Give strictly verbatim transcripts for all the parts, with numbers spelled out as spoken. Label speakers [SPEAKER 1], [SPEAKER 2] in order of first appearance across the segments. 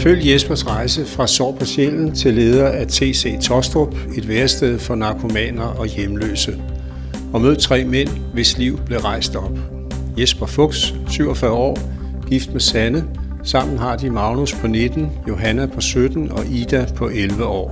[SPEAKER 1] Følg Jespers rejse fra sår på sjælen til leder af T C Taastrup, et værested for narkomaner og hjemløse. Og mød tre mænd, hvis liv blev rejst op. Jesper Fuchs, syvogfyrre år, gift med Sanne. Sammen har de Magnus på nitten, Johanna på sytten og Ida på elleve år.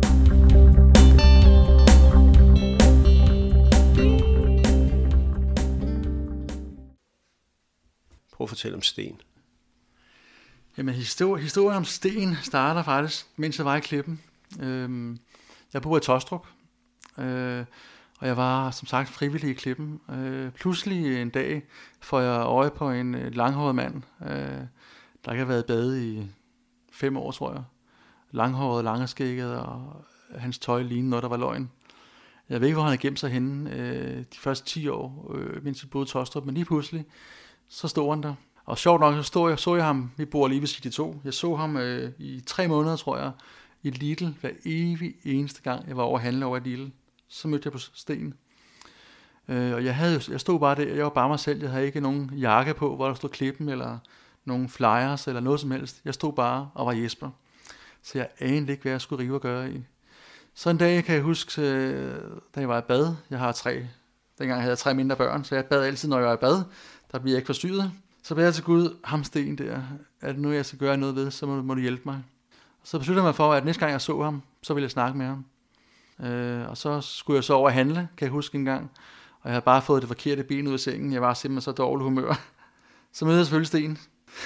[SPEAKER 1] Prøv at fortælle om Sten.
[SPEAKER 2] Jamen, histori- historien om Sten starter faktisk, mens jeg var i Klippen. Øhm, jeg bor i Taastrup, øh, og jeg var som sagt frivillig i Klippen. Øh, pludselig en dag får jeg øje på en øh, langhåret mand, øh, der ikke har været i bade i fem år, tror jeg. Langhåret, langeskægget, og hans tøj lignede noget, der var løgn. Jeg ved ikke, hvor han havde gemt sig henne øh, de første ti år, øh, mens jeg boede i Taastrup, men lige pludselig, så stod han der. Og sjovt nok, så, stod jeg, så jeg ham, vi bor lige ved City to, jeg så ham øh, i tre måneder, tror jeg, i Lidl, hver evig eneste gang, jeg var over at handle over i Lidl. Så mødte jeg på Sten. Øh, og jeg, havde, jeg stod bare der, jeg var bare mig selv, jeg havde ikke nogen jakke på, hvor der stod Klippen, eller nogen flyers, eller noget som helst. Jeg stod bare og var Jesper. Så jeg anede ikke, hvad jeg skulle rive og gøre i. Så en dag kan jeg huske, da jeg var i bad, jeg har tre, dengang havde jeg tre mindre børn, så jeg bad altid, når jeg var i bad, der bliver jeg ikke forstyrret. Så bad jeg til Gud, ham Sten der, er det nu, jeg skal gøre noget ved, så må, må du hjælpe mig. Så besluttede jeg mig for, at næste gang jeg så ham, så ville jeg snakke med ham. Øh, og så skulle jeg så over at handle, kan jeg huske en gang, og jeg havde bare fået det forkerte ben ud af sengen, jeg var simpelthen så dårlig humør. Så mødte jeg selvfølgelig Sten.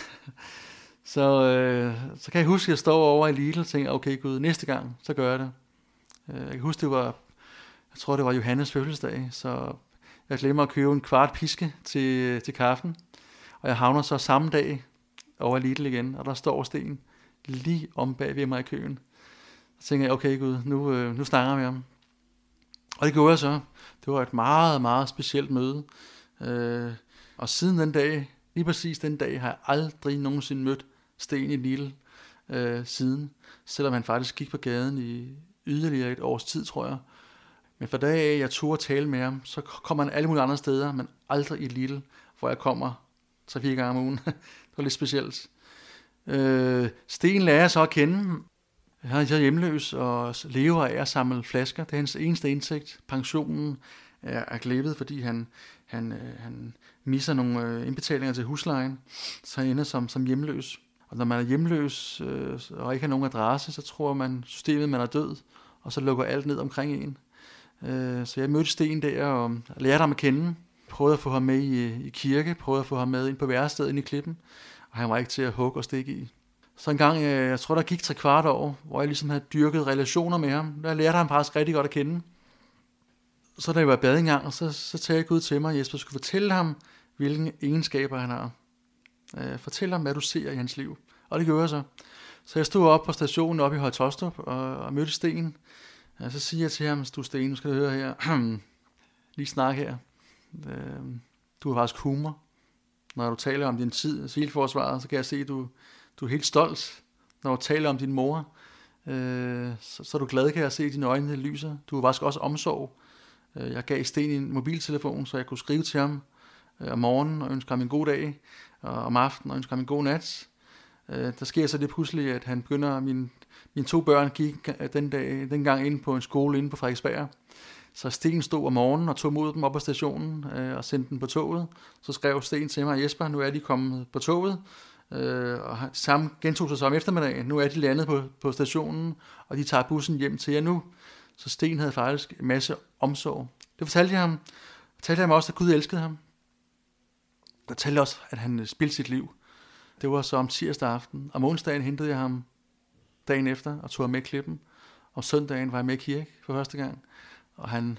[SPEAKER 2] så, øh, så kan jeg huske, at jeg står over i Lidl og tænker, okay Gud, næste gang, så gør jeg det. Øh, jeg kan huske, det var, jeg tror det var Johannes fødselsdag, så jeg glemmer at købe en kvart piske til, til kaffen. Og jeg havner så samme dag over i Lidl igen, og der står Sten lige om bag ved mig i køen. Så tænker jeg, okay Gud, nu, øh, nu snakker vi ham. Og det gjorde jeg så. Det var et meget, meget specielt møde. Øh, og siden den dag, lige præcis den dag, har jeg aldrig nogensinde mødt Sten i Lidl øh, siden. Selvom han faktisk gik på gaden i yderligere et års tid, tror jeg. Men fra dag af, jeg turde tale med ham, så kommer han alle mulige andre steder, men aldrig i Lidl, hvor jeg kommer tre-fire gange om ugen. Det var lidt specielt. Øh, Sten lærer jeg så at kende. Han er hjemløs og lever af at samle flasker. Det er hans eneste indtægt. Pensionen er, er glippet, fordi han, han, øh, han misser nogle øh, indbetalinger til huslejen, så han ender som, som hjemløs. Og når man er hjemløs øh, og ikke har nogen adresse, så tror man systemet, man er død, og så lukker alt ned omkring en. Øh, så jeg mødte Sten der og lærte ham at kende. Prøvede at få ham med i, i kirke, prøvede at få ham med ind på værestedet ind i Klippen, og han var ikke til at hugge og stikke i. Så en gang, jeg tror der gik tre kvart år, hvor jeg ligesom havde dyrket relationer med ham, der lærte ham faktisk rigtig godt at kende. Så da jeg var i bad en gang, så, så talte jeg Gud til mig, at Jesper skulle fortælle ham, hvilke egenskaber han har. Uh, fortæl ham, hvad du ser i hans liv. Og det gjorde jeg så. Så jeg stod op på stationen oppe i Høje Taastrup og, og mødte Sten. Og så siger jeg til ham, du Sten, nu skal du høre her, lige snak her. Du har faktisk humor. Når du taler om din tid i civilforsvaret, så kan jeg se, at du, du er helt stolt. Når du taler om din mor, øh, så, så er du glad, kan jeg se, at dine øjne lyser. Du har faktisk også omsorg. Jeg gav Sten en mobiltelefon, så jeg kunne skrive til ham øh, om morgenen og ønske ham en god dag, og om aftenen og ønske ham en god nat. Øh, der sker så det pludselig, at han begynder, min, mine to børn gik den dag, dengang ind på en skole inde på Frederiksberg. Så Sten stod om morgenen og tog mod dem op på stationen øh, og sendte dem på toget. Så skrev Sten til mig, Jesper, nu er de kommet på toget. Øh, og det samme gentog sig så om eftermiddagen. Nu er de landet på, på stationen, og de tager bussen hjem til jer nu. Så Sten havde faktisk en masse omsorg. Det fortalte jeg ham. Jeg fortalte ham også, at Gud elskede ham. Jeg fortalte også, at han spildte sit liv. Det var så om tirsdag aften. Om onsdagen hentede jeg ham dagen efter og tog ham med i Klippen. Om søndagen var jeg med i kirke for første gang. Og han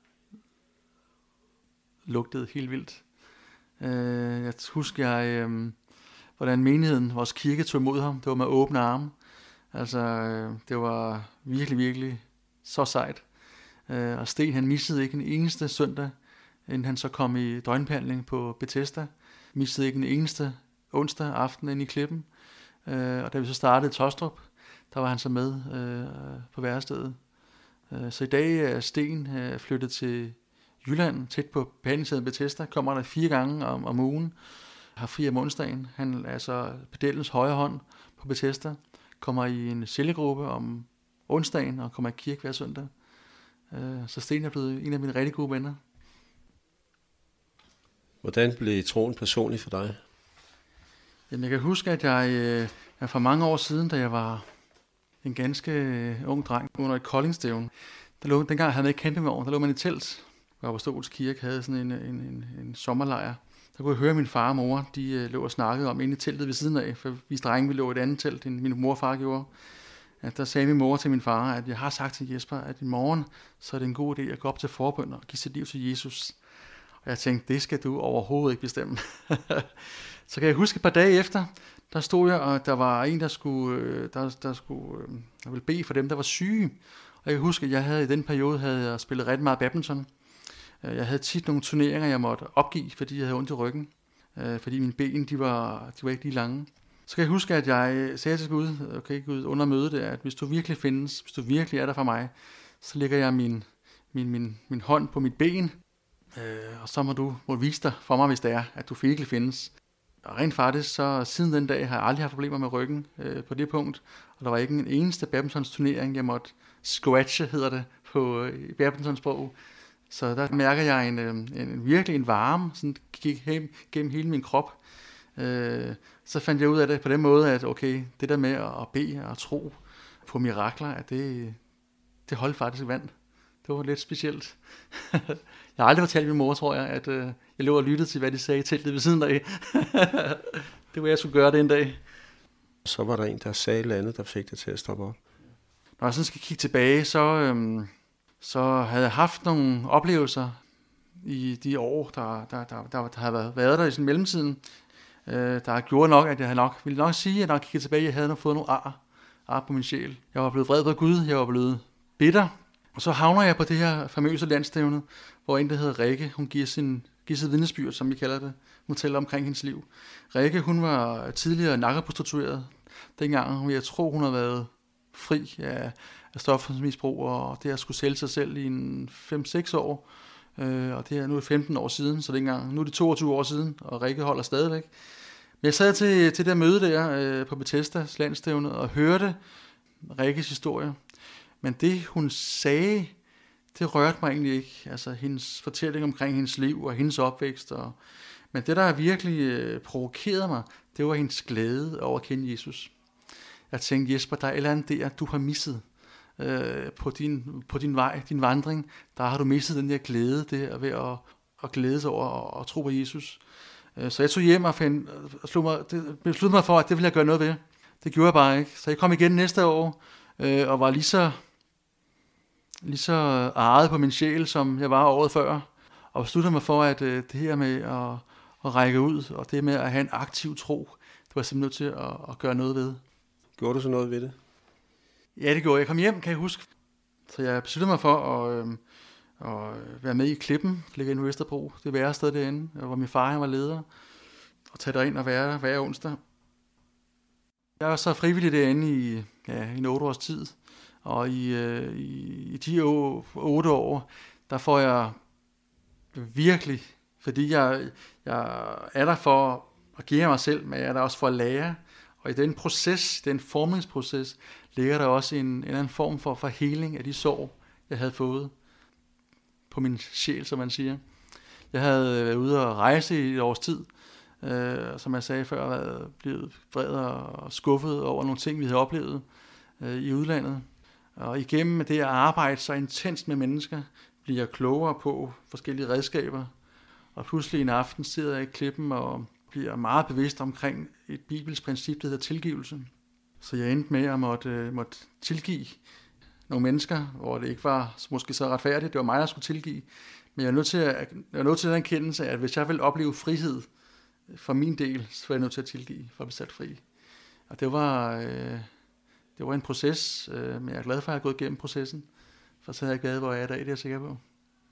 [SPEAKER 2] lugtede helt vildt. Øh, jeg husker, jeg, øh, hvordan menigheden, vores kirke, tog imod ham. Det var med åbne arme. Altså, øh, det var virkelig, virkelig så sejt. Øh, og Sten, han missede ikke en eneste søndag, inden han så kom i døgnbehandling på Bethesda. Missede ikke en eneste onsdag aften inde i Klippen. Øh, og da vi så startede i Taastrup, der var han så med øh, på værestedet. Så i dag er Sten flyttet til Jylland, tæt på behandlingsstedet Bethesda, kommer der fire gange om, om ugen, har fri om onsdagen. Han er altså pedellens højre hånd på Bethesda, kommer i en cellegruppe om onsdagen og kommer i kirke hver søndag. Så Sten er blevet en af mine rigtig gode venner.
[SPEAKER 1] Hvordan blev troen personlig for dig?
[SPEAKER 2] Jamen, jeg kan huske, at jeg, jeg for mange år siden, da jeg var en ganske ung dreng under et koldingsstævne, der lå, dengang jeg havde med i campingvogn, der lå man i telt, hvor Apostolsk Kirke havde sådan en, en, en, en sommerlejr. Der kunne jeg høre, at min far og mor, de lå og snakkede om inde i teltet ved siden af, for vi drenge, vi lå i et andet telt, end min mor og far gjorde. At der sagde min mor til min far, at jeg har sagt til Jesper, at i morgen, så er det en god idé at gå op til forbøn og give sit liv til Jesus. Og jeg tænkte, det skal du overhovedet ikke bestemme. Så kan jeg huske et par dage efter, der stod jeg, og der var en, der skulle, der, der skulle der ville bede for dem, der var syge. Og jeg kan huske, at jeg havde i den periode havde jeg spillet ret meget badminton. Jeg havde tit nogle turneringer, jeg måtte opgive, fordi jeg havde ondt i ryggen. Fordi mine ben, de var, de var ikke lige lange. Så kan jeg huske, at jeg sagde til Gud, okay Gud, under mødet der, at hvis du virkelig findes, hvis du virkelig er der for mig, så lægger jeg min, min, min, min hånd på mit ben, øh, og så må du må vise dig for mig, hvis det er, at du virkelig findes. Og rent faktisk, så siden den dag har jeg aldrig haft problemer med ryggen øh, på det punkt, og der var ikke en eneste badmintons turnering, jeg måtte scratche, hedder det på øh, badmintonsprog. Så der mærker jeg en, en, en virkelig en varme, sådan gik hen, gennem hele min krop. Øh, så fandt jeg ud af det på den måde, at okay, det der med at bede og tro på mirakler, at det, det holdt faktisk vand. Det var lidt specielt. Jeg har aldrig fortalt min mor, tror jeg, at øh, jeg lå og lyttede til, hvad de sagde i teltet ved siden af. Det var jeg skulle gøre det en dag.
[SPEAKER 1] Så var der en, der sagde et eller andet, der fik det til at stoppe op.
[SPEAKER 2] Når jeg sådan skal kigge tilbage, så, øhm, så havde jeg haft nogle oplevelser i de år, der, der, der, der, der havde været der i sådan mellemtiden, øh, der gjorde nok, at jeg havde nok, ville nok sige, at når jeg kiggede tilbage, jeg havde fået nogle ar, ar på min sjæl. Jeg var blevet vred på Gud, jeg var blevet bitter. Og så havner jeg på det her famøse landstævne, hvor en, der hedder Rikke, hun giver, sin, giver sit vidnesbyrd, som vi kalder det. Hun fortæller omkring hendes liv. Rikke, hun var tidligere narkoprostitueret dengang, og jeg tror, hun har været fri af, af stofmisbrug, og det at skulle sælge sig selv i en fem seks år. Øh, og det er nu femten år siden, så dengang, nu er det toogtyve år siden, og Rikke holder stadigvæk. Men jeg sad til, til det der møde der øh, på Bethesdas landstævne og hørte Rikkes historie. Men det, hun sagde, det rørte mig egentlig ikke. Altså hendes fortælling omkring hendes liv og hendes opvækst. Og... Men det, der virkelig øh, provokerede mig, det var hendes glæde over at kende Jesus. Jeg tænkte, Jesper, der er et eller andet der, du har misset øh, på, din, på din vej, din vandring. Der har du misset den der glæde der ved at, at glæde sig over og, og tro på Jesus. Øh, så jeg tog hjem og, fandt, og slog mig, det, besluttede mig for, at det ville jeg gøre noget ved. Det gjorde jeg bare ikke. Så jeg kom igen næste år øh, og var lige så... lige så ejet på min sjæl, som jeg var året før, og besluttede mig for, at øh, det her med at, at række ud, og det med at have en aktiv tro, det var jeg simpelthen nødt til at, at gøre noget ved.
[SPEAKER 1] Gjorde du så noget ved det?
[SPEAKER 2] Ja, det gjorde jeg. Jeg kom hjem, kan jeg huske. Så jeg besluttede mig for at, øh, at være med i Klippen, der ligger inde i Vesterbro, det værre sted derinde, hvor min far han var leder, og tage derind og være der hver onsdag. Jeg var så frivillig derinde i, ja, i en otte års tid, og i, øh, i de otte år, der får jeg virkelig, fordi jeg, jeg er der for at give mig selv, men jeg er der også for at lære. Og i den proces, den formingsproces, ligger der også en, en anden form for, for heling af de sår, jeg havde fået på min sjæl, som man siger. Jeg havde været ude og rejse i et års tid, øh, som jeg sagde før, været blevet vred og skuffet over nogle ting, vi havde oplevet øh, i udlandet. Og igennem det at arbejde så intenst med mennesker, bliver jeg klogere på forskellige redskaber. Og pludselig en aften sidder jeg i Klippen og bliver meget bevidst omkring et bibelsk princip, der hedder tilgivelse. Så jeg endte med at måtte, måtte tilgive nogle mennesker, hvor det ikke var måske så retfærdigt. Det var mig, der skulle tilgive. Men jeg er nødt til, at, jeg er nødt til den erkendelse, at hvis jeg vil opleve frihed for min del, så er jeg nødt til at tilgive for at blive sat fri. Og det var... Øh, Det var en proces, øh, men jeg er glad for, at jeg har gået igennem processen. For så havde jeg glad, hvor jeg er i dag, det er jeg sikker på.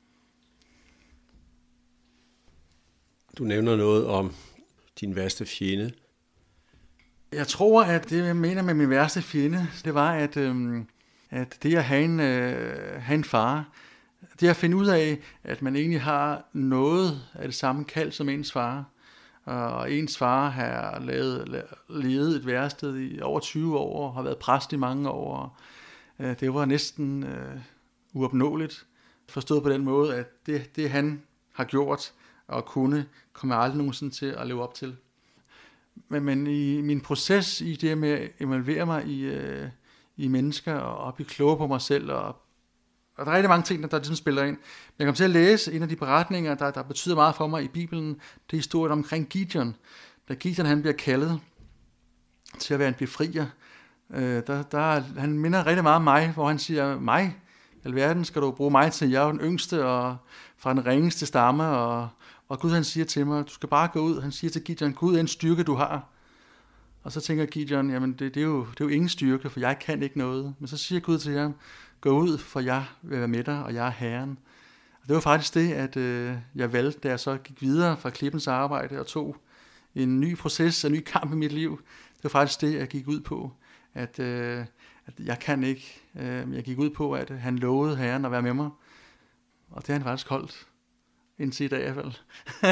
[SPEAKER 1] Du nævner noget om din værste fjende.
[SPEAKER 2] Jeg tror, at det, jeg mener med min værste fjende, det var, at, øh, at det at have en, øh, have en far, det at finde ud af, at man egentlig har noget af det samme kald som ens far, og ens far har lavet, levet et værested i over tyve år, og har været præst i mange år. Det var næsten øh, uopnåeligt, forstået på den måde, at det, det han har gjort og kunne, kommer jeg aldrig nogensinde til at leve op til. Men, men i min proces, i det med at involvere mig i, øh, i mennesker, og at blive klogere på mig selv, og, og der er rigtig mange ting, der, der ligesom spiller ind. Men jeg kom til at læse en af de beretninger, der, der betyder meget for mig i Bibelen, det er historien omkring Gideon. Da Gideon han bliver kaldet til at være en befrier, øh, der, der, han minder rigtig meget om mig, hvor han siger, mig, i alverden skal du bruge mig til, jeg er den yngste og fra den ringeste stamme, og, og Gud han siger til mig, du skal bare gå ud. Han siger til Gideon, Gud er en styrke, du har. Og så tænker Gideon, jamen det, det, er jo, det er jo ingen styrke, for jeg kan ikke noget. Men så siger Gud til ham, gå ud, for jeg vil være med dig, og jeg er Herren. Og det var faktisk det, at øh, jeg valgte, da jeg så gik videre fra klippens arbejde og tog en ny proces, en ny kamp i mit liv. Det var faktisk det, jeg gik ud på, at, øh, at jeg kan ikke. Øh, jeg gik ud på, at han lovede Herren at være med mig. Og det har han faktisk holdt, indtil i dag i hvert fald.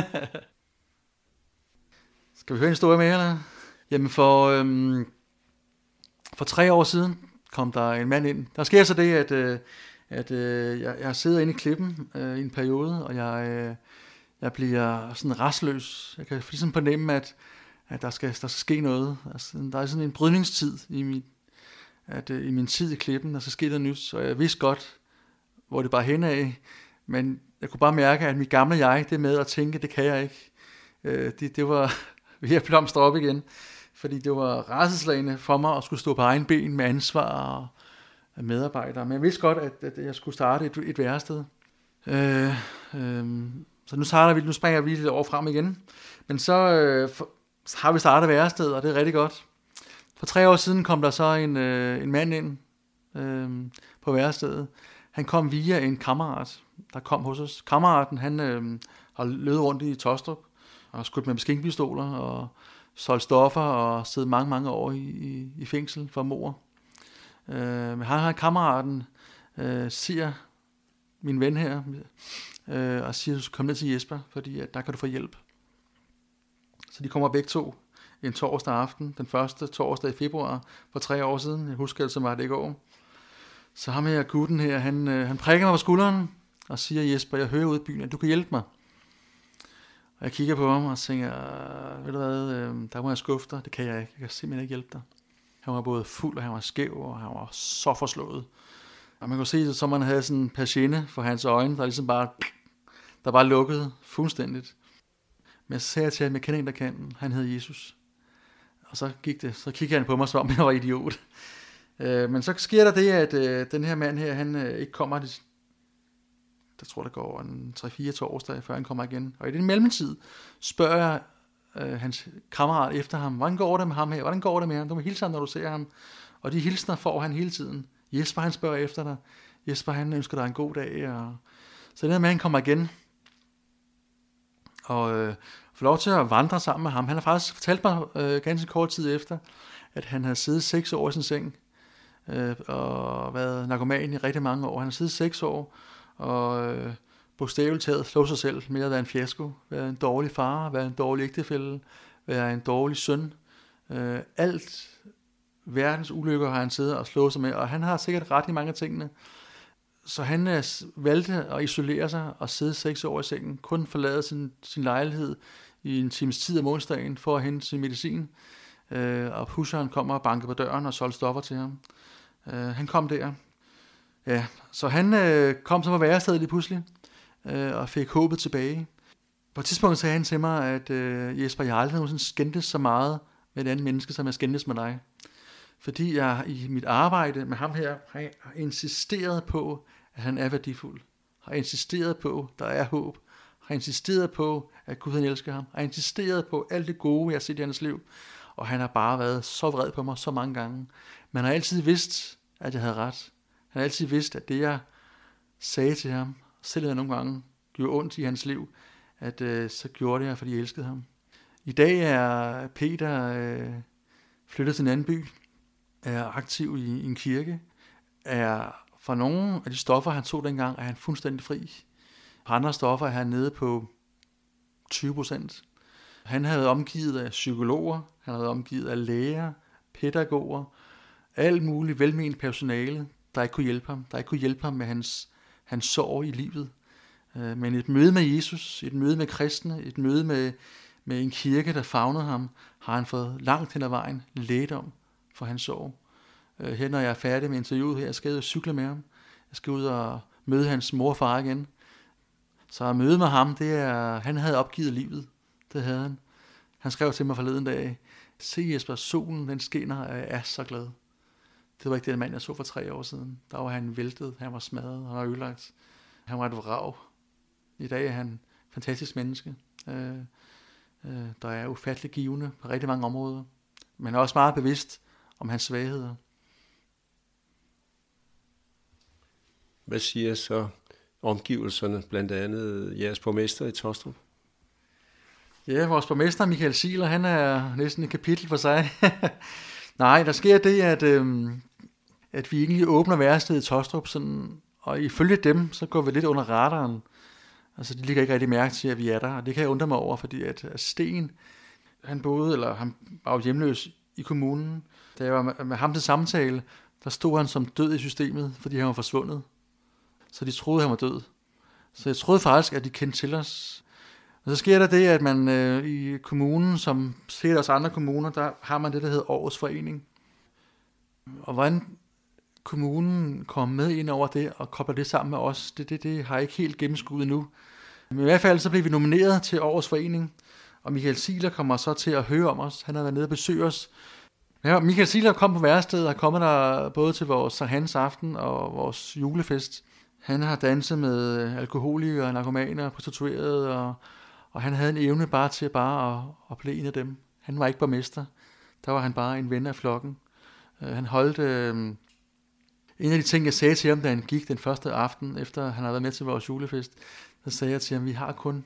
[SPEAKER 2] Skal vi høre en historie mere, eller? Jamen for, øhm, for tre år siden kom der en mand ind. Der sker så det, at, øh, at øh, jeg, jeg sidder inde i klippen øh, i en periode, og jeg, øh, jeg bliver sådan rastløs. Jeg kan ligesom fornemme, at, at der, skal, der skal ske noget. Altså, der er sådan en brydningstid i min, at, øh, i min tid i klippen, der skal ske noget nyt. Og jeg vidste godt, hvor det bare hen af, men jeg kunne bare mærke, at mit gamle jeg, det med at tænke, det kan jeg ikke. Øh, det, det var ved at blomstre op igen. Fordi det var rædselsslagende for mig at skulle stå på egen ben med ansvar og medarbejdere. Men jeg vidste godt, at, at jeg skulle starte et, et værested. Øh, øh, så nu, starter vi, nu springer vi lidt over frem igen. Men så, øh, for, så har vi startet værested, og det er rigtig godt. For tre år siden kom der så en, øh, en mand ind øh, på værestedet. Han kom via en kammerat, der kom hos os. Kammeraten, han øh, har løbet rundt i Tostrup og skudt med maskinpistoler og solgt stoffer og siddet mange, mange år i, i, i fængsel for mord. Øh, men han har kammeraten, øh, siger min ven her, øh, og siger, du skal komme ned til Jesper, fordi at der kan du få hjælp. Så de kommer begge to en torsdag aften, den første torsdag i februar for tre år siden. Jeg husker det, som var det i går. Så ham her, gutten her, han, øh, han prikker mig på skulderen og siger, Jesper, jeg hører ud i byen, at du kan hjælpe mig. Og jeg kigger på ham og tænker, ved du hvad, øh, der må jeg skuffe dig, det kan jeg ikke, jeg kan simpelthen ikke hjælpe dig. Han var både fuld, og han var skæv, og han var så forslået. Og man kunne se det, som man havde sådan en patienne for hans øjne, der ligesom bare, der bare lukkede fuldstændigt. Men så sagde jeg til ham, jeg kender en, der kan, han hed Jesus. Og så gik det, så kiggede han på mig, som om jeg var idiot. Øh, men så sker der det, at øh, den her mand her, han øh, ikke kommer, det, jeg tror, der går en tre fire torsdag, før han kommer igen. Og i den mellemtid spørger jeg øh, hans kammerat efter ham, hvordan går det med ham her? Hvordan går det med ham? Du må hilse ham, når du ser ham. Og de hilsner får han hele tiden. Jesper, han spørger efter dig. Jesper, han ønsker dig en god dag. Og så den her mand kommer igen. Og øh, får lov til at vandre sammen med ham. Han har faktisk fortalt mig øh, ganske kort tid efter, at han havde siddet seks år i sin seng. Øh, og været narkoman i rigtig mange år. Han har siddet seks år. Og øh, bogstaveligt taget slå sig selv med at være en fiasko, være en dårlig far, være en dårlig ægtefælle, være en dårlig søn. Øh, alt verdens ulykker har han siddet og slået sig med, og han har sikkert ret i mange af tingene. Så han øh, valgte at isolere sig og sidde seks år i sengen, kun forlade sin, sin lejlighed i en times tid om onsdagen for at hente sin medicin. Øh, og pusheren kommer og banker på døren og solgte stoffer til ham. Øh, han kom der. Ja, så han øh, kom så på værestedet lige pludselig, øh, og fik håbet tilbage. På et tidspunkt sagde han til mig, at øh, Jesper, jeg har aldrig nogensinde skændtes så meget med et andet menneske, som jeg skændtes med dig. Fordi jeg i mit arbejde med ham her har insisteret på, at han er værdifuld. Har insisteret på, at der er håb. Har insisteret på, at Gud han elsker ham. Har insisteret på alt det gode, jeg har set i hans liv. Og han har bare været så vred på mig så mange gange. Man har altid vidst, at jeg havde ret. Han har altid vidst, at det jeg sagde til ham, selvom jeg nogle gange gjorde ondt i hans liv, at øh, så gjorde det jeg, fordi jeg elskede ham. I dag er Peter øh, flyttet til en anden by, er aktiv i, i en kirke, er for nogle af de stoffer, han tog dengang, er han fuldstændig fri. På andre stoffer er han nede på tyve procent. Han havde været omgivet af psykologer, han havde været omgivet af læger, pædagoger, alt muligt velment personale, der ikke kunne hjælpe ham, der ikke kunne hjælpe ham med hans, hans sorg i livet. Men et møde med Jesus, et møde med kristne, et møde med, med en kirke, der favnede ham, har han fået langt hen ad vejen lægedom for hans sorg. Her når jeg er færdig med interviewet her, jeg skal ud og cykle med ham. Jeg skal ud og møde hans mor og far igen. Så at møde med ham, det er, han havde opgivet livet. Det havde han. Han skrev til mig forleden dag, se Jesper, solen den skinner, og jeg er så glad. Det var ikke den mand, jeg så for tre år siden. Der var han væltet, han var smadret, han var ødelagt. Han var et vrag. I dag er han et fantastisk menneske, øh, øh, der er ufattelig givende på rigtig mange områder. Men er også meget bevidst om hans svagheder.
[SPEAKER 1] Hvad siger så omgivelserne, blandt andet jeres borgmester i Taastrup?
[SPEAKER 2] Ja, vores borgmester Michael Ziegler, han er næsten et kapitel for sig. Nej, der sker det, at, øh, at vi egentlig åbner værestedet i Taastrup, sådan, og ifølge dem, så går vi lidt under radaren. Altså, de ligger ikke rigtig mærke til, at vi er der, og det kan jeg undre mig over, fordi at, at Sten, han boede, eller han var jo hjemløs i kommunen. Da jeg var med, med ham til samtale, der stod han som død i systemet, fordi han var forsvundet. Så de troede, han var død. Så jeg troede faktisk, at de kendte til os. Og så sker der det, at man øh, i kommunen, som ser os andre kommuner, der har man det, der hedder Årets Forening. Og hvordan kommunen kommer med ind over det og kobler det sammen med os, det, det, det har jeg ikke helt gennemskuet endnu. Men i hvert fald så blev vi nomineret til Årets Forening, og Michael Ziegler kommer så til at høre om os. Han har været nede og besøge os. Ja, Michael Ziegler kom på værestedet og er kommet der både til vores Sankt Hans aften og vores julefest. Han har danset med alkoholikere, narkomaner, prostituerede, og, og han havde en evne bare til bare at, at blive en af dem. Han var ikke borgmester. Der var han bare en ven af flokken. Uh, han holdt... Uh, en af de ting, jeg sagde til ham, da han gik den første aften, efter han havde været med til vores julefest, så sagde jeg til ham, vi har kun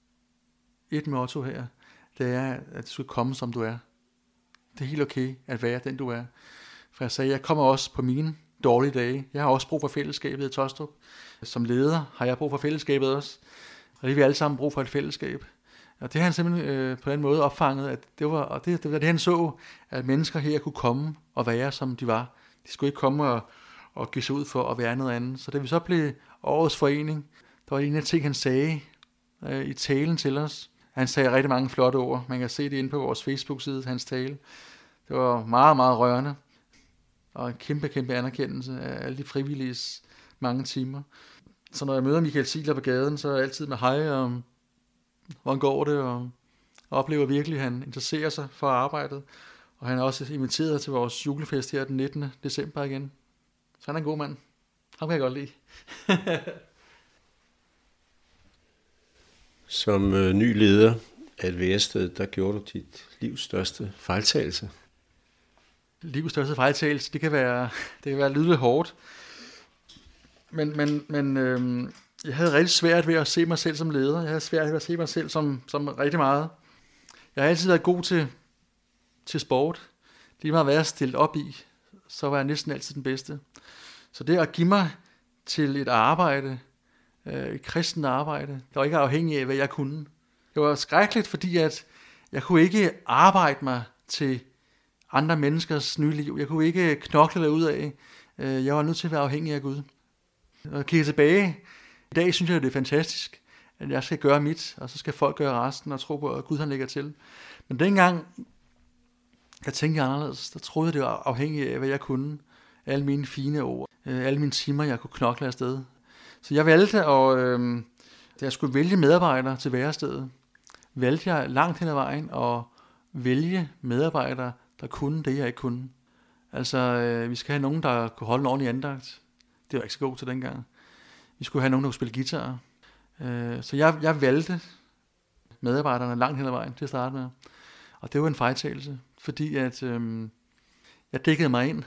[SPEAKER 2] et motto her. Det er, at du skal komme, som du er. Det er helt okay at være den, du er. For jeg sagde, jeg kommer også på mine dårlige dage. Jeg har også brug for fællesskabet i Taastrup. Som leder har jeg brug for fællesskabet også. Og det vi alle sammen brug for et fællesskab. Og det har han simpelthen øh, på den måde opfanget, at det var, og det, det var det, han så, at mennesker her kunne komme og være, som de var. De skulle ikke komme og, og give sig ud for at være noget andet. Så da vi så blev Årets Forening, der var en af de ting, han sagde øh, i talen til os. Han sagde rigtig mange flotte ord. Man kan se det inde på vores Facebook-side, hans tale. Det var meget, meget rørende. Og en kæmpe, kæmpe anerkendelse af alle de frivilliges mange timer. Så når jeg møder Michael Ziegler på gaden, så er jeg altid med hej om, hvordan går det, og oplever virkelig, at han interesserer sig for arbejdet. Og han er også inviteret til vores julefest her den nittende december igen. Så han er en god mand. Ham kan jeg godt lide.
[SPEAKER 1] Som øh, ny leder af et værested, der gjorde du dit livs største fejltagelse.
[SPEAKER 2] Livs største fejltagelse, det kan være, det kan være lidt hårdt. Men, men, men øhm, jeg havde rigtig svært ved at se mig selv som leder. Jeg havde svært ved at se mig selv som, som rigtig meget. Jeg har altid været god til, til sport. Lige meget hvad jeg stillet op i, så var jeg næsten altid den bedste. Så det at give mig til et arbejde, øh, et kristent arbejde, der var ikke afhængig af, hvad jeg kunne. Det var skrækkeligt, fordi at jeg kunne ikke arbejde mig til andre menneskers nye liv. Jeg kunne ikke knokle derud af. Jeg var nødt til at være afhængig af Gud. Og kigge tilbage. I dag synes jeg, det er fantastisk, at jeg skal gøre mit, og så skal folk gøre resten og tro på, at Gud han lægger til. Men dengang, jeg tænkte anderledes, der troede jeg, det var afhængig af, hvad jeg kunne. Alle mine fine ord. Alle mine timer, jeg kunne knokle afsted. Så jeg valgte, og øh, da jeg skulle vælge medarbejdere til værestedet, valgte jeg langt hen ad vejen at vælge medarbejdere, der kunne det, jeg ikke kunne. Altså, øh, vi skal have nogen, der kunne holde en ordentlig andagt. Det var ikke så god til dengang. Vi skulle have nogen, der kunne spille guitar. Øh, så jeg, jeg valgte medarbejderne langt hen ad vejen til at starte med. Og det var en fejltagelse, fordi at øh, jeg dækkede mig ind.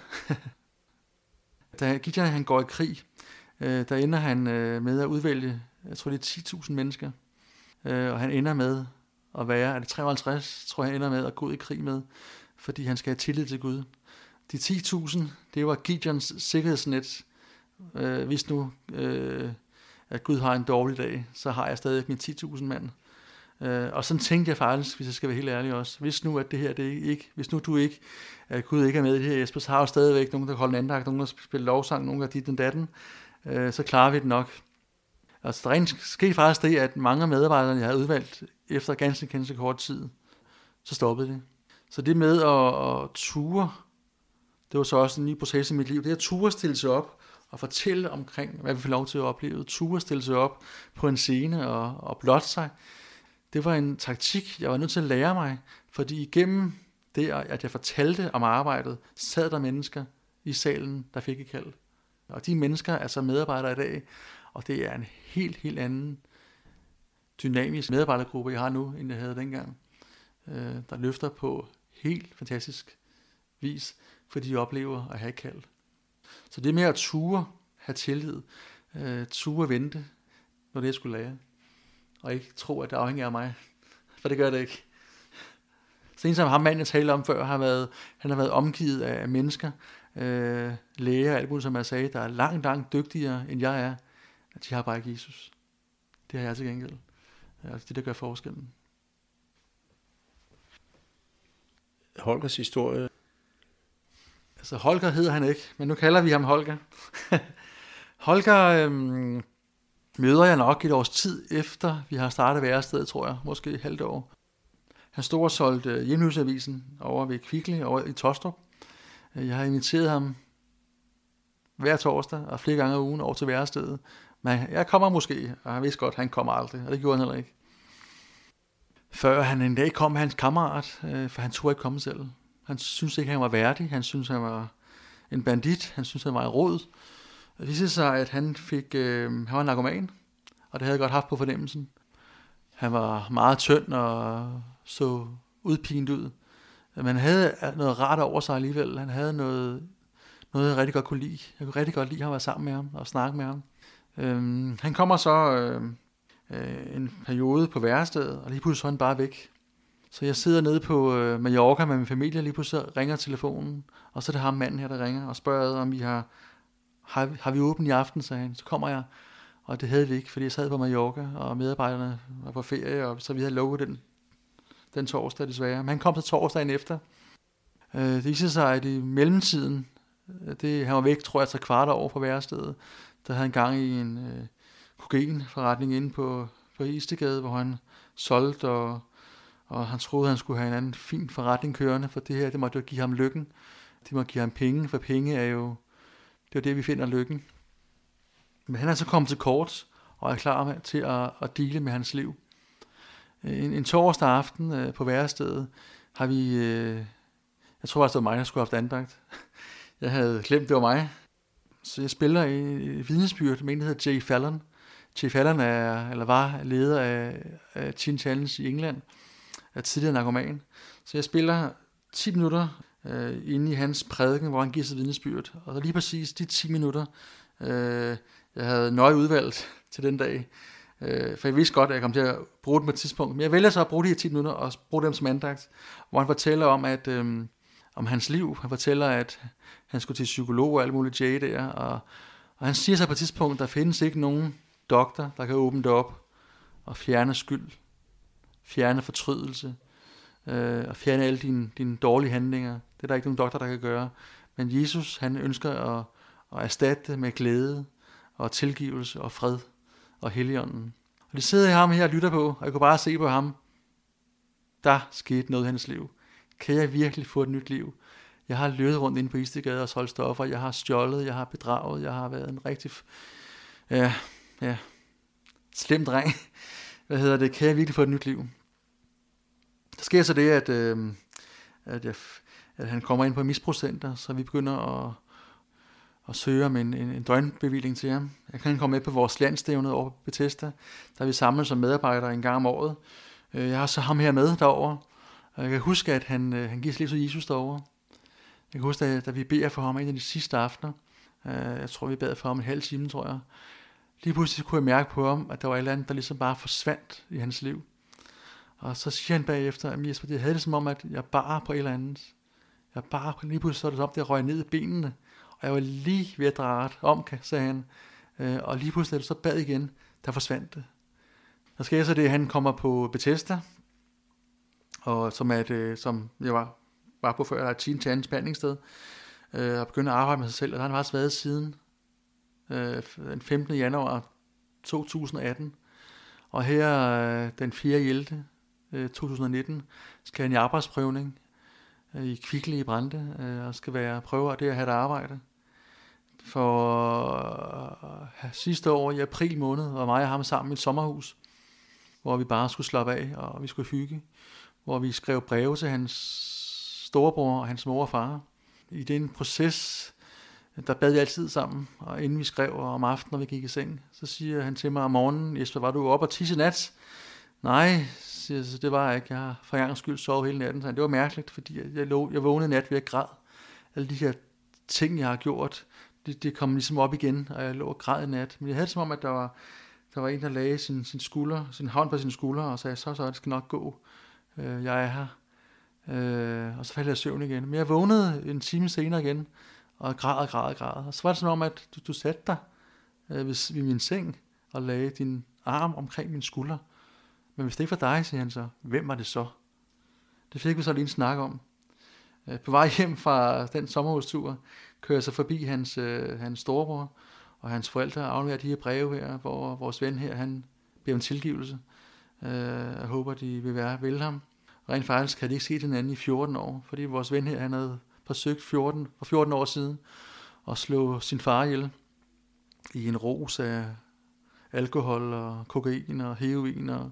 [SPEAKER 2] Da Gideon han går i krig, øh, der ender han øh, med at udvælge, jeg tror det er ti tusind mennesker. Øh, og han ender med at være, er det treoghalvtreds, tror jeg han ender med at gå ud i krig med, fordi han skal have tillid til Gud. De ti tusind, det var Gideons sikkerhedsnet. Øh, hvis nu, øh, at Gud har en dårlig dag, så har jeg stadig mine ti tusind mand. Øh, og sådan tænkte jeg faktisk, hvis jeg skal være helt ærlig også. Hvis nu, at det her, det ikke, hvis nu du ikke, at Gud ikke er med i det her, Jesper, så har jo stadigvæk nogen, der holder en andagt, nogen, der spiller lovsang, nogen, der dit den datten, øh, så klarer vi det nok. Altså, der skete faktisk det, at mange af medarbejderne, jeg havde udvalgt efter ganske, ganske kort tid, så stoppede det. Så det med at, at ture, det var så også en ny proces i mit liv, det at ture stille sig op og fortælle omkring, hvad vi får lov til at opleve, ture stille sig op på en scene og, og blotte sig, det var en taktik, jeg var nødt til at lære mig, fordi igennem det, at jeg fortalte om arbejdet, sad der mennesker i salen, der fik et kald. Og de mennesker er så medarbejdere i dag, og det er en helt, helt anden dynamisk medarbejdergruppe, jeg har nu, end jeg havde dengang, øh, der løfter på helt fantastisk vis, fordi de oplever at have et kald. Så det med at ture, have tillid, øh, ture vente, når det jeg skulle lære, og ikke tro, at det afhænger af mig, for det gør det ikke. Så en som ham mand, jeg talte om før, har været, han har været omgivet af mennesker, øh, læger, alt muligt, som jeg sagde, der er langt, langt dygtigere, end jeg er. De har bare ikke Jesus. Det har jeg til gengæld. Det er det, der gør forskellen.
[SPEAKER 1] Holgers historie.
[SPEAKER 2] Altså Holger hedder han ikke, men nu kalder vi ham Holger. Holger øhm, møder jeg nok et års tid efter, vi har startet værestedet, tror jeg, måske et halvt år. Han stod og solgte Hjemløseavisen over ved Kvickly, over i Tostrup. Jeg har inviteret ham hver torsdag og flere gange om ugen over til værestedet. Men jeg kommer måske, og han vidste godt, at han kommer aldrig, og det gjorde han heller ikke. Før han en dag kom med hans kammerat, for han turde ikke komme selv. Han syntes ikke, han var værdig, han syntes, han var en bandit, han syntes, han var en rod. Det viste sig, at han fik, øh, han var narkoman, og det havde jeg godt haft på fornemmelsen. Han var meget tynd og så udpint ud. Men han havde noget rart over sig alligevel. Han havde noget, noget jeg rigtig godt kunne lide. Jeg kunne rigtig godt lide at være sammen med ham og snakke med ham. Øhm, han kommer så øh, øh, en periode på værestedet, og lige pludselig så er han bare væk. Så jeg sidder nede på øh, Mallorca med min familie, og lige pludselig ringer telefonen, og så er det ham manden her, der ringer og spørger, om vi har, har, har vi åbent i aften, sagde han. Så kommer jeg, og det havde vi ikke, fordi jeg sad på Mallorca, og medarbejderne var på ferie, og så vi havde lukket den, den torsdag desværre. Men han kom så torsdagen efter. Øh, det viste sig, at i mellemtiden, det, han var væk, tror jeg, så kvart år på værestedet, der havde han gang i en øh, kokainforretning inde på, på Istegade, hvor han solgte, og, og han troede, han skulle have en anden fin forretning kørende, for det her, det måtte jo give ham lykken. Det måtte give ham penge, for penge er jo, det er jo det, vi finder lykken. Men han er så kommet til kort, og er klar med, til at, at dele med hans liv. En, en torsdag aften øh, på værestedet har vi, øh, jeg tror faktisk, det var mig, der skulle have haft andagt. Jeg havde glemt, det var mig. Så jeg spiller i et vidnesbyrd med en, der hedder Jay Fallon. Jay Fallon er, eller var leder af, af Teen Challenge i England, er tidligere narkoman. Så jeg spiller ti minutter øh, inde i hans prædiken, hvor han giver sig vidnesbyrd. Og lige præcis de ti minutter, øh, jeg havde nøje udvalgt til den dag. Øh, for jeg vidste godt, at jeg kom til at bruge dem på et tidspunkt. Men jeg vælger så at bruge de her ti minutter og bruge dem som andagt, hvor han fortæller om, at... Øh, om hans liv. Han fortæller, at han skulle til psykolog og alt muligt Jay der, og, og han siger så på et tidspunkt, der findes ikke nogen doktor, der kan åbne det op og fjerne skyld, fjerne fortrydelse, øh, og fjerne alle dine, dine dårlige handlinger. Det er der ikke nogen doktor, der kan gøre. Men Jesus, han ønsker at, at erstatte det med glæde og tilgivelse og fred og Helligånden. Og det sidder jeg ham her og lytter på, og jeg kunne bare se på ham. Der skete noget i hans liv. Kan jeg virkelig få et nyt liv? Jeg har løbet rundt inde på Istegade og solgt stoffer. Jeg har stjålet, jeg har bedraget, jeg har været en rigtig ja, ja, slem dreng. Hvad hedder det? Kan jeg virkelig få et nyt liv? Der sker så det, at, øh, at, jeg, at han kommer ind på misbrugscenter, så vi begynder at, at søge om en, en, en døgnbevilling til ham. Jeg kan komme med på vores landstævne over på Bethesda, der vi samles som medarbejdere en gang om året. Jeg har så ham her med derovre. Og jeg kan huske, at han, han giver sit liv til Jesus derovre. Jeg kan huske, at da vi beder for ham en af de sidste aftener, jeg tror, vi bad for ham en halv time, tror jeg. Lige pludselig kunne jeg mærke på ham, at der var et eller andet, der ligesom bare forsvandt i hans liv. Og så siger han bagefter, at Jesper, jeg havde det som om, at jeg bar på et eller andet. Jeg bar på, lige pludselig så det som om, det røg ned i benene. Og jeg var lige ved at dreje om, sagde han. Og lige pludselig, da du så bad igen, der forsvandt det. Der sker så det, at han kommer på Bethesda, og som, er et, som jeg var, var på før, der er et teen challenge behandlingssted, øh, og begynder at arbejde med sig selv, og der har han faktisk været siden øh, den femtende januar to tusind atten, og her øh, den fjerde ellevte to tusind nitten skal han i arbejdsprøvning øh, i Kvickly i Brande, øh, og skal være prøver det at have et arbejde. For øh, sidste år i april måned var mig og ham sammen i et sommerhus, hvor vi bare skulle slappe af, og vi skulle hygge, hvor vi skrev breve til hans storebror og hans mor og far. I den proces, der bad vi altid sammen, og inden vi skrev om aftenen, når vi gik i seng, så siger han til mig om morgenen: Jesper, var du oppe og tisse i nat? Nej, siger jeg, det var jeg ikke. Jeg har for en gang skyld sovet hele natten. Så det var mærkeligt, fordi jeg, lå, jeg vågnede nat ved at græde. Alle de her ting, jeg har gjort, det, det kom ligesom op igen, og jeg lå og græd i nat. Men jeg havde det som om, at der var, der var en, der lagde sin, sin, skulder, sin hånd på sin skulder, og sagde, så så, det skal nok gå. Øh, jeg er her. Øh, og så faldt jeg i søvn igen. Men jeg vågnede en time senere igen, og græd og græd og græd. Og så var det som om, at du, du satte dig øh, ved, ved min seng, og lagde din arm omkring min skulder. Men hvis det ikke var dig, siger han så, hvem var det så? Det fik vi så lige en snak om. På vej hjem fra den sommerhustur, kører jeg så forbi hans, øh, hans storebror og hans forældre, og afleverer de her breve her, hvor vores ven her, han beder om tilgivelse. Øh, jeg håber, de vil være vel ham. Rent faktisk havde de ikke set hinanden i fjorten år, fordi vores ven her, han havde forsøgt fjorten, for fjorten år siden at slå sin far ihjel i en ros af alkohol og kokain og heroin. Og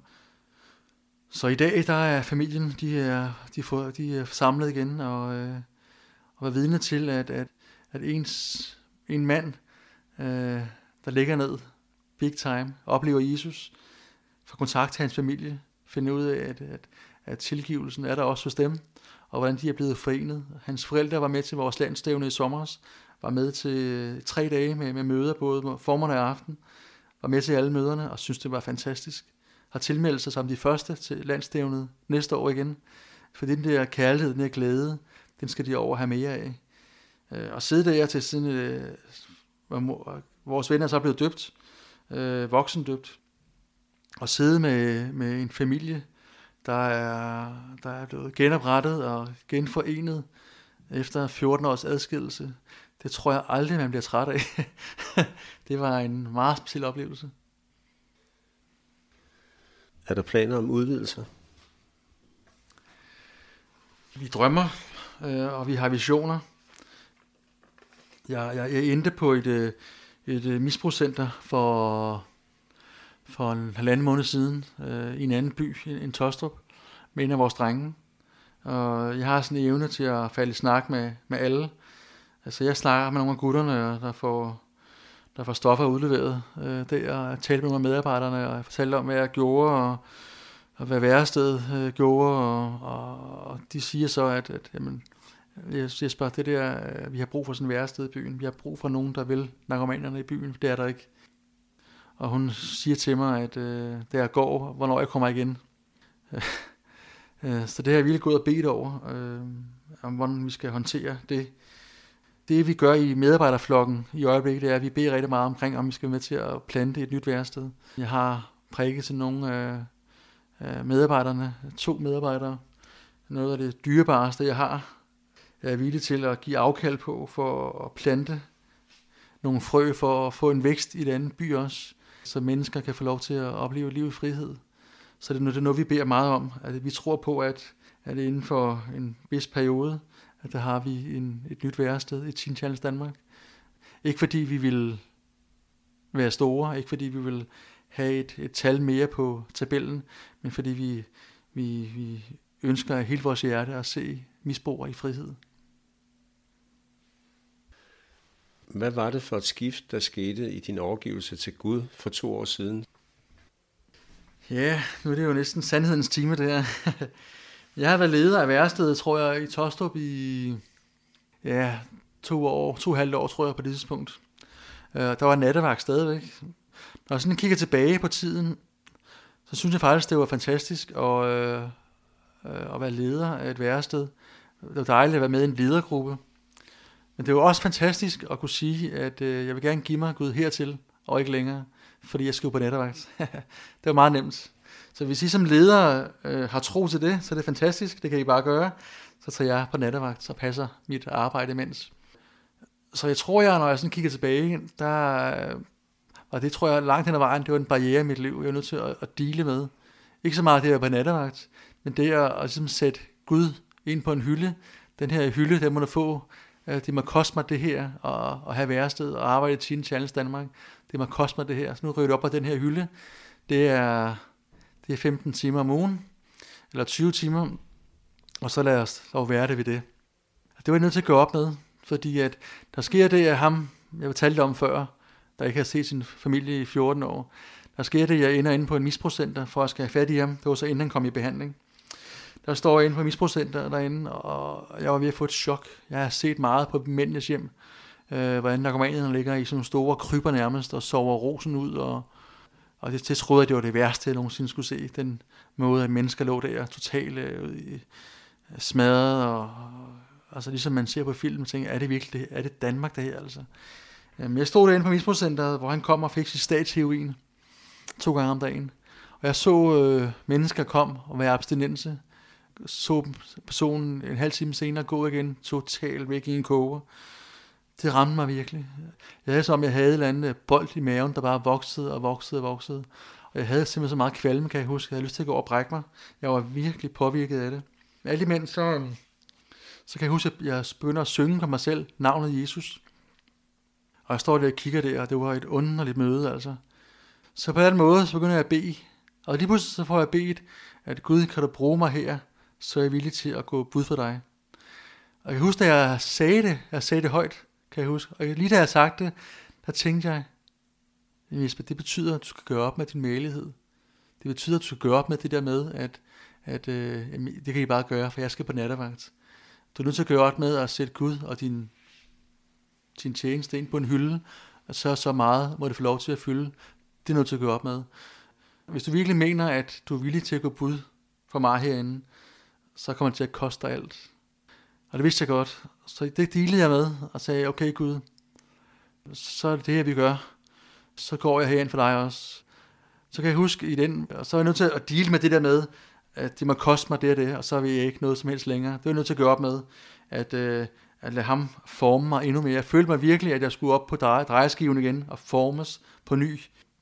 [SPEAKER 2] så i dag, der er familien, de er, de får, de er samlet igen, og, øh, og er vidne til, at, at, at ens, en mand, øh, der ligger ned, big time, oplever Jesus, får kontakt til hans familie, finder ud af, at, at, at tilgivelsen er der også hos dem, og hvordan de er blevet forenet. Hans forældre var med til vores landsstævne i sommer, var med til tre dage med, med møder, både formiddag og aften, var med til alle møderne, og synes det var fantastisk. Har tilmeldt sig som de første til landsstævnet næste år igen. For den der kærlighed, den der glæde, den skal de over have mere af. Øh, og sidde der til siden, øh, vores venner er så blevet døbt, øh, voksendøbt, og sidde med, med en familie, der er, der er blevet genoprettet og genforenet efter fjorten års adskillelse. Det tror jeg aldrig, man bliver træt af. Det var en meget speciel oplevelse.
[SPEAKER 1] Er der planer om udvidelser?
[SPEAKER 2] Vi drømmer, øh, og vi har visioner. Jeg, jeg, jeg endte på et, et, et misbrugscenter for, for en halvanden måned siden øh, i en anden by, en Tostrup, med en af vores drenge. Og jeg har sådan en evne til at falde i snak med, med alle. Altså jeg snakker med nogle af gutterne, der får, der får stoffer udleveret øh, der, og talte med nogle af medarbejderne, og jeg fortalte om, hvad jeg gjorde, og, og hvad værested øh, gjorde, og, og, og de siger så, at, at jamen, jeg siger det der, vi har brug for sådan en værested i byen, vi har brug for nogen, der vil narkomanerne i byen, det er der ikke. Og hun siger til mig, at øh, da jeg går, hvornår jeg kommer igen. Så det har jeg virkelig gået og bedt over, øh, om hvordan vi skal håndtere det. Det vi gør i medarbejderflokken i øjeblikket, det er, at vi beder rigtig meget omkring, om vi skal være med til at plante et nyt værested. Jeg har prikket til nogle af øh, medarbejderne, to medarbejdere, noget af det dyrebareste, jeg har. Jeg er villig til at give afkald på for at plante nogle frø for at få en vækst i den anden by også, så mennesker kan få lov til at opleve liv i frihed. Så det er noget, det er noget vi beder meget om. At vi tror på, at, at inden for en vis periode, at der har vi en, et nyt værested i Teen Challenge Danmark. Ikke fordi vi vil være store, ikke fordi vi vil have et, et tal mere på tabellen, men fordi vi, vi, vi ønsker af hele vores hjerte at se misbrugere i frihed.
[SPEAKER 1] Hvad var det for et skift, der skete i din overgivelse til Gud for to år siden?
[SPEAKER 2] Ja, nu er det jo næsten sandhedens time, det her. Jeg har været leder af værestedet, tror jeg, i Tostrup i ja, to år, to og halvt år, tror jeg, på det tidspunkt. Uh, der var nattevagt stadigvæk. Når jeg sådan kigger tilbage på tiden, så synes jeg faktisk, det var fantastisk at, uh, uh, at være leder af et værested. Det var dejligt at være med i en ledergruppe. Men det var også fantastisk at kunne sige, at uh, jeg vil gerne give mig Gud hertil, og ikke længere. fordi jeg skulle på nattevagt. Det var meget nemt. Så hvis I som ledere øh, har tro til det, så er det fantastisk. Det kan I bare gøre. Så tager jeg på nattevagt, så passer mit arbejde imens. Så jeg tror, jeg, når jeg sådan kigger tilbage, der og det tror jeg langt hen ad vejen, det var en barriere i mit liv, jeg var nødt til at, at dele med. Ikke så meget det at være på nattevagt, men det at, at ligesom sætte Gud ind på en hylde. Den her hylde, den må du få. Det må koste mig det her, at, at have værested og arbejde i Teen Challenge Danmark. Det må koste mig det her. Så nu ryger det op på den her hylde. Det er, det er femten timer om ugen, eller tyve timer, og så lad os lov være det ved det. Det var jeg nødt til at gå op med, fordi at der sker det, at ham, jeg fortalte om før, der ikke har set sin familie i fjorten år, der sker det, at jeg ender inde på en misbrugscenter, for at skal have fat i ham. Det var så inden han kom i behandling. Der står jeg inde på misbrugscenter derinde, og jeg var ved at få et chok. Jeg har set meget på mændenes hjem, øh, hvordan narkomanerne ligger i sådan nogle store kryber nærmest, og sover rosen ud, og, og det, det troede jeg, det var det værste, jeg nogensinde skulle se. Den måde, at mennesker lå der totalt øh, smadret, og, og altså ligesom man ser på film, og tænker, er det virkelig det? Er det Danmark, det her altså? Jamen, jeg stod derinde på misbrugscenteret, hvor han kom og fik sit statsheroin to gange om dagen. Og jeg så øh, mennesker kom og være abstinense. Så personen en halv time senere gå igen, totalt væk i en koger. Det ramte mig virkelig. Jeg havde som, jeg havde et eller andet bold i maven, der bare voksede og voksede og voksede. Og jeg havde simpelthen så meget kvalme, kan jeg huske. Jeg havde lyst til at gå og brække mig. Jeg var virkelig påvirket af det. Men alt imens, så, så kan jeg huske, at jeg begynder at synge på mig selv, navnet Jesus. Og jeg står der og kigger der, og det var et underligt møde, altså. Så på den måde, så begynder jeg at bede. Og lige pludselig så får jeg bedt, at Gud, kan du bruge mig her, så er jeg villig til at gå bud for dig. Og jeg kan huske, da jeg sagde det, jeg sagde det højt, kan jeg huske. Og lige da jeg sagde det, der tænkte jeg, Jesper, det betyder, at du skal gøre op med din malighed. Det betyder, at du skal gøre op med det der med, at, at øh, det kan I bare gøre, for jeg skal på nattevagt. Du er nødt til at gøre op med at sætte Gud og din, din tjeneste ind på en hylde, og så så meget må det få lov til at fylde. Det er nødt til at gøre op med. Hvis du virkelig mener, at du er villig til at gå bud for mig herinde, så kommer det til at koste dig alt. Og det vidste jeg godt. Så det dealede jeg med, og sagde, okay Gud, så er det det her, vi gør. Så går jeg herind for dig også. Så kan jeg huske i den, og så er jeg nødt til at deale med det der med, at det må koste mig det og det, og så vil jeg ikke noget som helst længere. Det er jeg nødt til at gøre op med, at, øh, at lade ham forme mig endnu mere. Jeg følte mig virkelig, at jeg skulle op på dreje, drejeskiven igen, og formes på ny.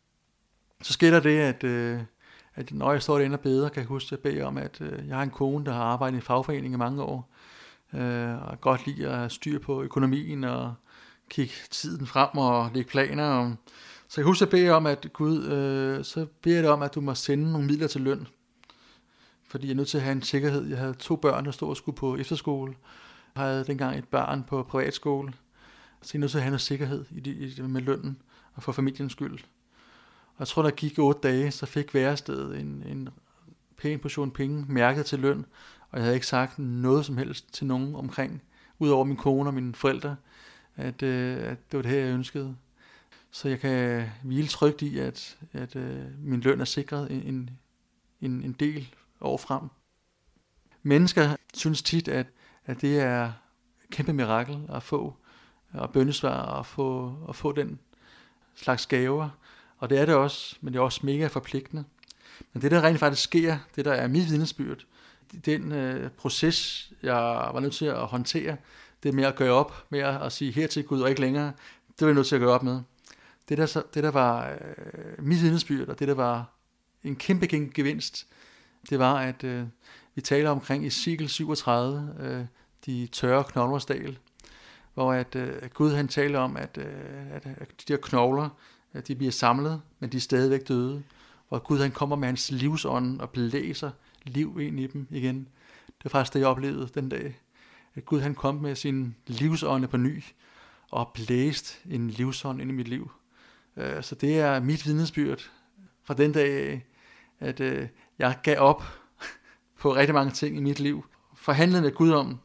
[SPEAKER 2] Så sker der det, at, øh, at når jeg står derinde og beder, kan jeg huske, at jeg beder om, at øh, jeg har en kone, der har arbejdet i fagforening i mange år, øh, og godt lide at have styr på økonomien, og kigge tiden frem og lægge planer. Og, så jeg husker, at jeg beder om, at Gud, øh, så beder jeg dig om, at du må sende nogle midler til løn, fordi jeg er nødt til at have en sikkerhed. Jeg havde to børn, der stod og skulle på efterskole. Jeg havde dengang et barn på privatskole, så jeg er nødt til at have noget sikkerhed i det, i det med lønnen, og for familiens skyld. Og jeg tror, der gik otte dage, så fik værestedet en, en pæn portion penge mærket til løn, og jeg havde ikke sagt noget som helst til nogen omkring, udover min kone og mine forældre, at, øh, at det var det her, jeg ønskede. Så jeg kan hvile trygt i, at, at øh, min løn er sikret en, en, en del år frem. Mennesker synes tit, at, at det er et kæmpe mirakel at få, og bønnesvar og få, at få den slags gaver. Og det er det også, men det er også mega forpligtende. Men det, der rent faktisk sker, det der er mit vidnesbyrd, den øh, proces, jeg var nødt til at håndtere, det med at gøre op, med at sige her til Gud og ikke længere, det var jeg nødt til at gøre op med. Det der, så, det der var øh, mit vidnesbyrd, og det der var en kæmpe gevinst, det var, at øh, vi taler omkring i Ezekiel syvogtredive, øh, de tørre knoglers dal, hvor at, øh, Gud han taler om, at, øh, at, at de der knogler, at de bliver samlet, men de er stadigvæk døde, hvor Gud han kommer med hans livsånd og blæser liv ind i dem igen. Det var faktisk det, jeg oplevede den dag, at Gud han kom med sin livsånde på ny, og blæst en livsånd ind i mit liv. Uh, så det er mit vidnesbyrd fra den dag af, at uh, jeg gav op på rigtig mange ting i mit liv, forhandlede med Gud om,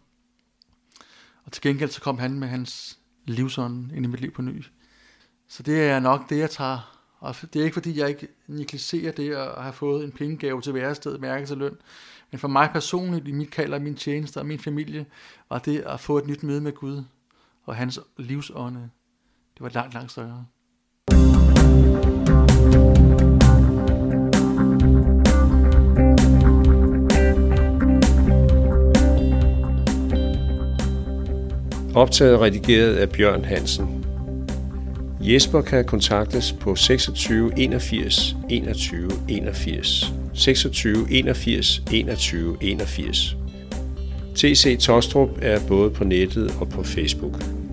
[SPEAKER 2] og til gengæld så kom han med hans livsånd ind i mit liv på ny. Så det er nok det, jeg tager. Og det er ikke fordi, jeg ikke negligerer det at have fået en pengegave til værestedet, mærke til løn. Men for mig personligt, i mit kald og min tjeneste og min familie, var det at få et nyt møde med Gud og hans livsånde. Det var langt, langt større.
[SPEAKER 1] Optaget og redigeret af Bjørn Hansen. Jesper kan kontaktes på seksogtyve enogfirs enogtyve enogfirs. seksogtyve enogfirs enogtyve enogfirs. T C Taastrup er både på nettet og på Facebook.